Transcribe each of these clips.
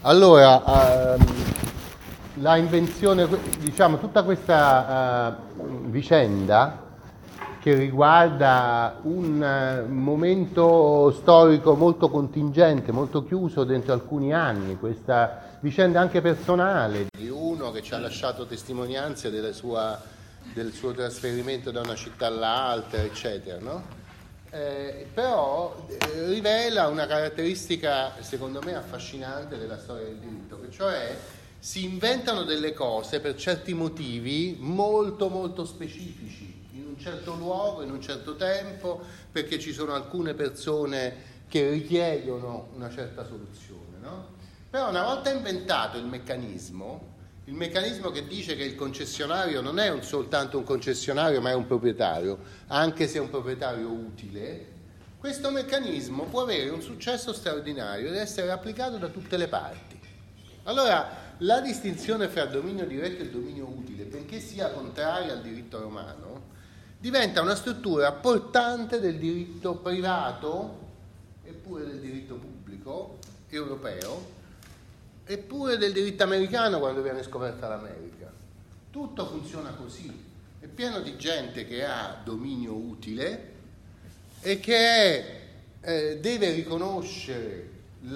Allora, la invenzione, diciamo, tutta questa vicenda che riguarda un momento storico molto contingente, molto chiuso dentro alcuni anni, questa vicenda anche personale di uno che ci ha lasciato testimonianze del suo trasferimento da una città all'altra, eccetera, no? Però rivela una caratteristica secondo me affascinante della storia del diritto, che cioè si inventano delle cose per certi motivi molto molto specifici, in un certo luogo, in un certo tempo, perché ci sono alcune persone che richiedono una certa soluzione, no? Però una volta inventato il meccanismo che dice che il concessionario non è soltanto un concessionario ma è un proprietario, anche se è un proprietario utile, questo meccanismo può avere un successo straordinario ed essere applicato da tutte le parti. Allora, la distinzione fra dominio diretto e dominio utile, benché sia contraria al diritto romano, diventa una struttura portante del diritto privato eppure del diritto pubblico europeo, eppure del diritto americano quando viene scoperta l'America. Tutto funziona così, è pieno di gente che ha dominio utile e che deve riconoscere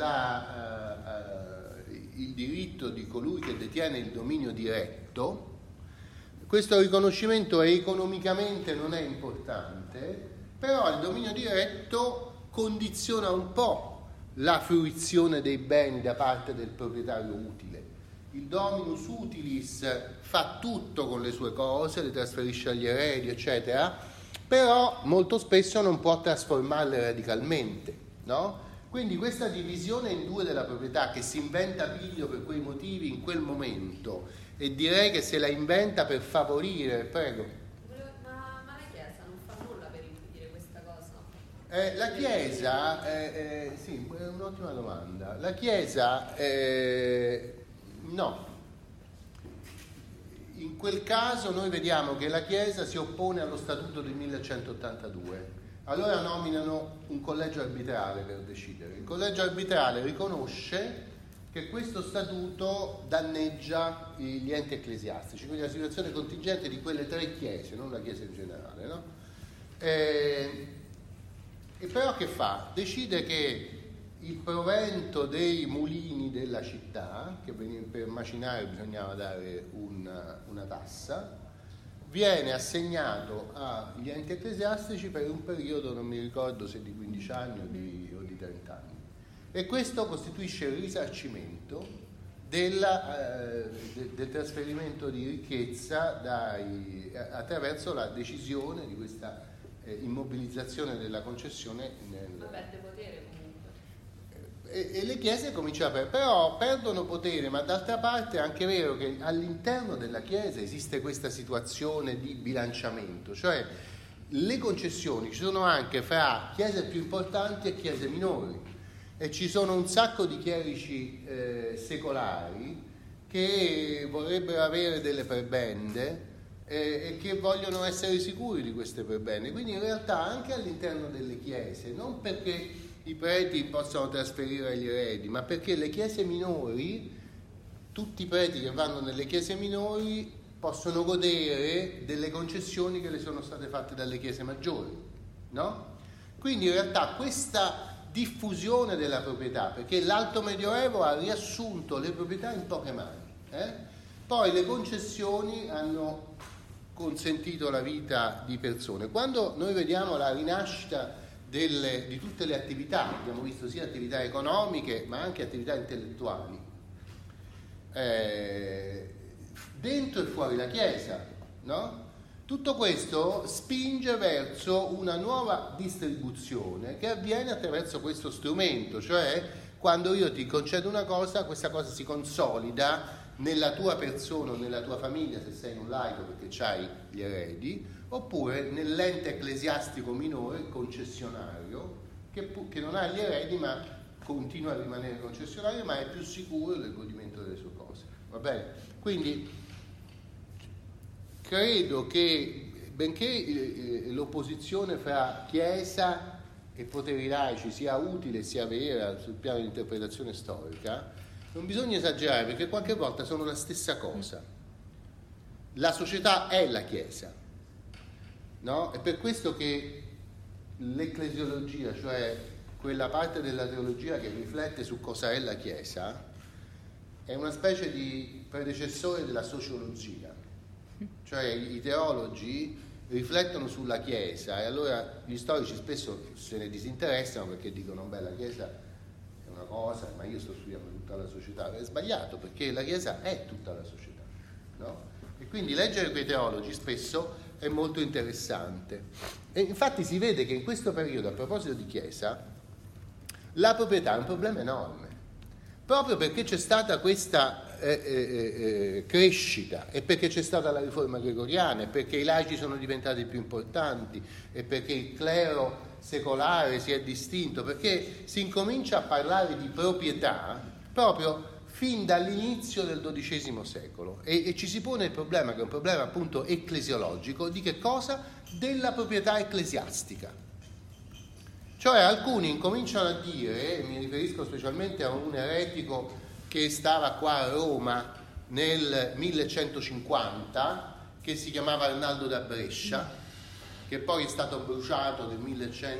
il diritto di colui che detiene il dominio diretto. Questo riconoscimento economicamente non è importante, però il dominio diretto condiziona un po' la fruizione dei beni da parte del proprietario utile. Il dominus utilis fa tutto con le sue cose, le trasferisce agli eredi, eccetera, però molto spesso non può trasformarle radicalmente, no? Quindi questa divisione in due della proprietà che si inventa piglio per quei motivi in quel momento, e direi che se la inventa per favorire, prego. La Chiesa, sì, è un'ottima domanda. La Chiesa, no. In quel caso noi vediamo che la Chiesa si oppone allo Statuto del 1182. Allora nominano un collegio arbitrale per decidere. Il collegio arbitrale riconosce che questo Statuto danneggia gli enti ecclesiastici, quindi la situazione contingente di quelle tre Chiese, non la Chiesa in generale, no? E però che fa? Decide che il provento dei mulini della città, che per macinare bisognava dare una tassa, viene assegnato agli enti ecclesiastici per un periodo, non mi ricordo se di 15 anni o di 30 anni. E questo costituisce il risarcimento del trasferimento di ricchezza attraverso la decisione di questa immobilizzazione della concessione ma perde potere comunque e le chiese cominciano però perdono potere, ma d'altra parte è anche vero che all'interno della chiesa esiste questa situazione di bilanciamento, cioè le concessioni ci sono anche fra chiese più importanti e chiese minori, e ci sono un sacco di chierici secolari che vorrebbero avere delle prebende e che vogliono essere sicuri di queste prebende. Quindi in realtà anche all'interno delle chiese, non perché i preti possano trasferire agli eredi, ma perché le chiese minori, tutti i preti che vanno nelle chiese minori possono godere delle concessioni che le sono state fatte dalle chiese maggiori, no? Quindi in realtà questa diffusione della proprietà, perché l'Alto Medioevo ha riassunto le proprietà in poche mani, poi le concessioni hanno consentito la vita di persone. Quando noi vediamo la rinascita di tutte le attività, abbiamo visto sia attività economiche ma anche attività intellettuali, dentro e fuori la Chiesa, no? Tutto questo spinge verso una nuova distribuzione che avviene attraverso questo strumento, cioè quando io ti concedo una cosa, questa cosa si consolida nella tua persona o nella tua famiglia, se sei un laico perché c'hai gli eredi, oppure nell'ente ecclesiastico minore, concessionario, che non ha gli eredi ma continua a rimanere concessionario, ma è più sicuro del godimento delle sue cose. Va bene? Quindi credo che, benché l'opposizione fra Chiesa e poteri laici sia utile, sia vera sul piano di interpretazione storica, non bisogna esagerare, perché qualche volta sono la stessa cosa. La società è la Chiesa, no? È per questo che l'ecclesiologia, cioè quella parte della teologia che riflette su cosa è la Chiesa, è una specie di predecessore della sociologia. Cioè i teologi riflettono sulla Chiesa e allora gli storici spesso se ne disinteressano perché dicono beh, la Chiesa è una cosa, ma io sto studiando tutta la società. È sbagliato, perché la Chiesa è tutta la società, no? E quindi leggere quei teologi spesso è molto interessante. E infatti si vede che in questo periodo, a proposito di Chiesa, la proprietà è un problema enorme, proprio perché c'è stata questa crescita, e perché c'è stata la riforma gregoriana, e perché i laici sono diventati più importanti, e perché il clero secolare si è distinto, perché si incomincia a parlare di proprietà proprio fin dall'inizio del XII secolo e ci si pone il problema, che è un problema appunto ecclesiologico, di che cosa? Della proprietà ecclesiastica. Cioè alcuni incominciano a dire, e mi riferisco specialmente a un eretico che stava qua a Roma nel 1150, che si chiamava Arnaldo da Brescia, che poi è stato bruciato nel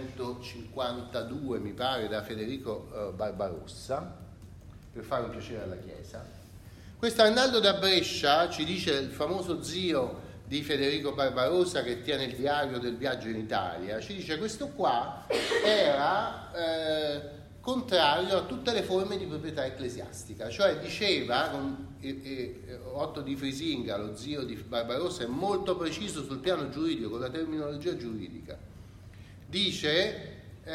1152, mi pare, da Federico Barbarossa, per fare un piacere alla Chiesa. Questo Arnaldo da Brescia, ci dice il famoso zio di Federico Barbarossa che tiene il diario del viaggio in Italia, ci dice questo qua era contrario a tutte le forme di proprietà ecclesiastica, cioè diceva, Otto di Frisinga, lo zio di Barbarossa, è molto preciso sul piano giuridico, con la terminologia giuridica, dice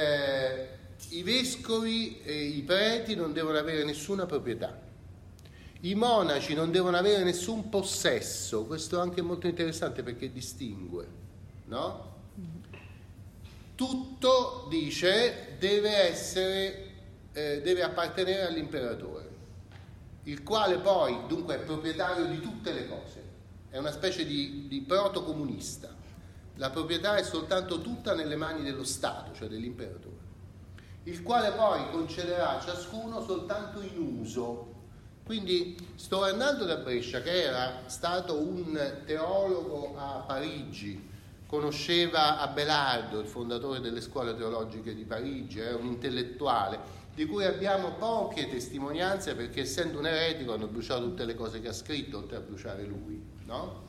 i vescovi e i preti non devono avere nessuna proprietà, i monaci non devono avere nessun possesso. Questo è anche molto interessante perché distingue, no? Tutto, dice, deve appartenere all'imperatore, il quale poi dunque è proprietario di tutte le cose, è una specie di protocomunista. La proprietà è soltanto tutta nelle mani dello Stato, cioè dell'imperatore, il quale poi concederà a ciascuno soltanto in uso. Quindi sto Arnaldo da Brescia, che era stato un teologo a Parigi, conosceva Abelardo, il fondatore delle scuole teologiche di Parigi, era un intellettuale di cui abbiamo poche testimonianze perché essendo un eretico hanno bruciato tutte le cose che ha scritto, oltre a bruciare lui, no?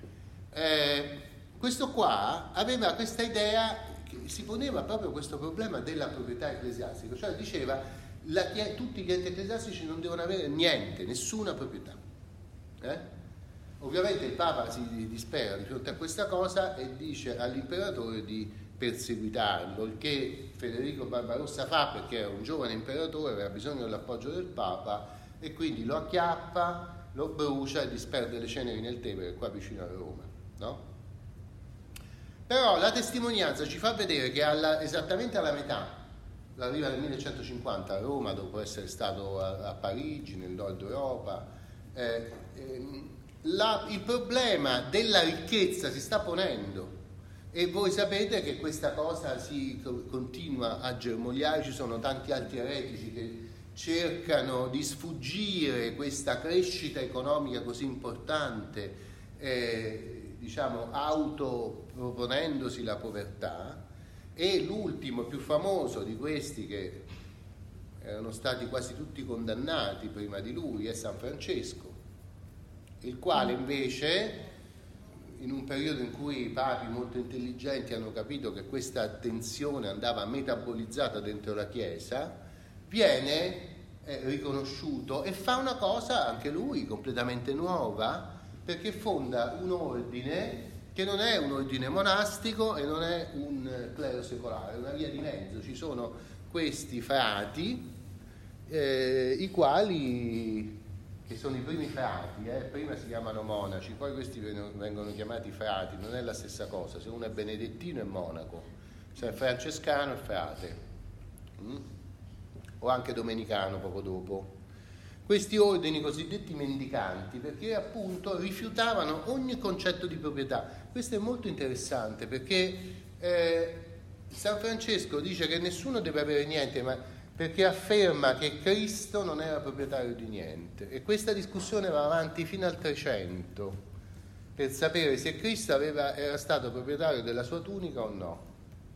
Questo qua aveva questa idea, che si poneva proprio questo problema della proprietà ecclesiastica, cioè diceva tutti gli enti ecclesiastici non devono avere niente, nessuna proprietà. Ovviamente il Papa si dispera di fronte a questa cosa e dice all'imperatore di perseguitarlo, il che Federico Barbarossa fa perché era un giovane imperatore, aveva bisogno dell'appoggio del Papa e quindi lo acchiappa, lo brucia e disperde le ceneri nel Tevere, qua vicino a Roma, no? Però la testimonianza ci fa vedere che esattamente alla metà, arriva nel 1150 a Roma dopo essere stato a Parigi, nel nord Europa, il problema della ricchezza si sta ponendo e voi sapete che questa cosa si continua a germogliare, ci sono tanti altri eretici che cercano di sfuggire questa crescita economica così importante, diciamo autoproponendosi la povertà. E l'ultimo più famoso di questi, che erano stati quasi tutti condannati prima di lui, è San Francesco, il quale invece, in un periodo in cui i papi molto intelligenti hanno capito che questa tensione andava metabolizzata dentro la Chiesa, viene riconosciuto e fa una cosa anche lui completamente nuova, perché fonda un ordine che non è un ordine monastico e non è un clero secolare, è una via di mezzo. Ci sono questi frati, i quali, che sono i primi frati, prima si chiamano monaci, poi questi vengono chiamati frati, non è la stessa cosa, se uno è benedettino è monaco, se è francescano è frate, o anche domenicano poco dopo. Questi ordini cosiddetti mendicanti, perché appunto rifiutavano ogni concetto di proprietà. Questo è molto interessante perché San Francesco dice che nessuno deve avere niente, ma perché afferma che Cristo non era proprietario di niente, e questa discussione va avanti fino al 300 per sapere se Cristo era stato proprietario della sua tunica o no,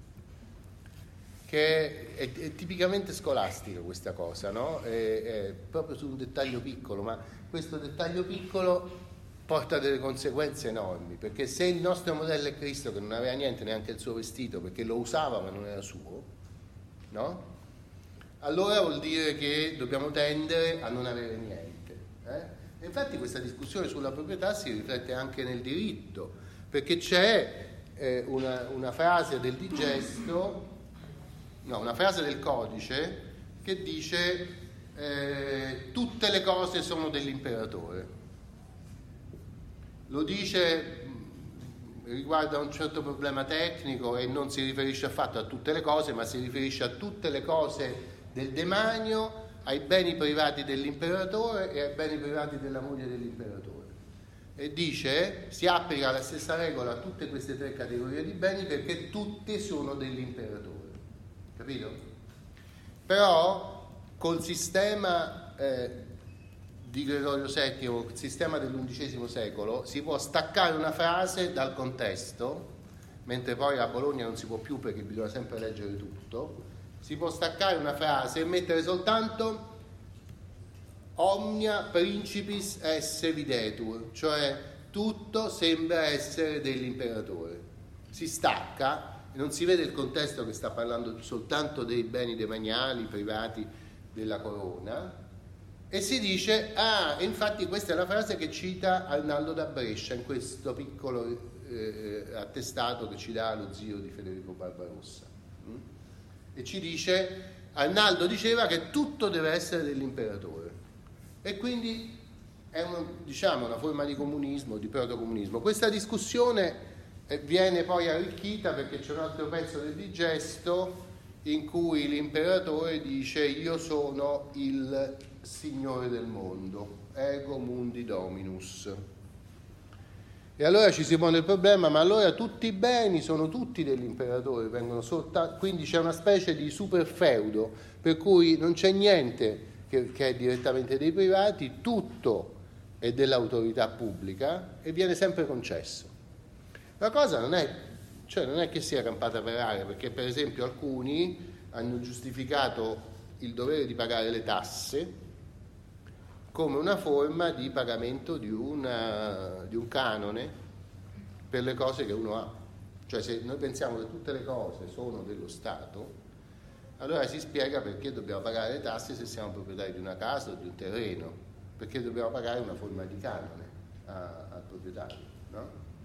che è tipicamente scolastica questa cosa, no? È proprio su un dettaglio piccolo, ma questo dettaglio piccolo porta delle conseguenze enormi, perché se il nostro modello è Cristo, che non aveva niente, neanche il suo vestito, perché lo usava ma non era suo, no? Allora vuol dire che dobbiamo tendere a non avere niente. E infatti questa discussione sulla proprietà si riflette anche nel diritto, perché c'è una frase del digesto, no, una frase del codice che dice tutte le cose sono dell'imperatore. Lo dice riguarda un certo problema tecnico e non si riferisce affatto a tutte le cose, ma si riferisce a tutte le cose del demanio, ai beni privati dell'imperatore e ai beni privati della moglie dell'imperatore. E dice, si applica la stessa regola a tutte queste tre categorie di beni perché tutte sono dell'imperatore. Capito? Però col sistema di Gregorio VII, il sistema dell'undicesimo secolo, si può staccare una frase dal contesto, mentre poi a Bologna non si può più perché bisogna sempre leggere tutto. Si può staccare una frase e mettere soltanto omnia principis esse videtur, cioè tutto sembra essere dell'imperatore. Si stacca e non si vede il contesto che sta parlando soltanto dei beni demaniali privati della corona, e si dice, e infatti questa è la frase che cita Arnaldo da Brescia in questo piccolo attestato che ci dà lo zio di Federico Barbarossa. E ci dice, Arnaldo diceva che tutto deve essere dell'imperatore, e quindi è una forma di comunismo, di protocomunismo. Questa discussione viene poi arricchita perché c'è un altro pezzo del digesto in cui l'imperatore dice io sono il signore del mondo, ego mundi dominus. E allora ci si pone il problema, ma allora tutti i beni sono tutti dell'imperatore, quindi c'è una specie di superfeudo per cui non c'è niente che è direttamente dei privati, tutto è dell'autorità pubblica e viene sempre concesso. La cosa non è che sia campata per aria, perché per esempio alcuni hanno giustificato il dovere di pagare le tasse come una forma di pagamento di un canone per le cose che uno ha. Cioè, se noi pensiamo che tutte le cose sono dello Stato, allora si spiega perché dobbiamo pagare le tasse se siamo proprietari di una casa o di un terreno, perché dobbiamo pagare una forma di canone al proprietario, no?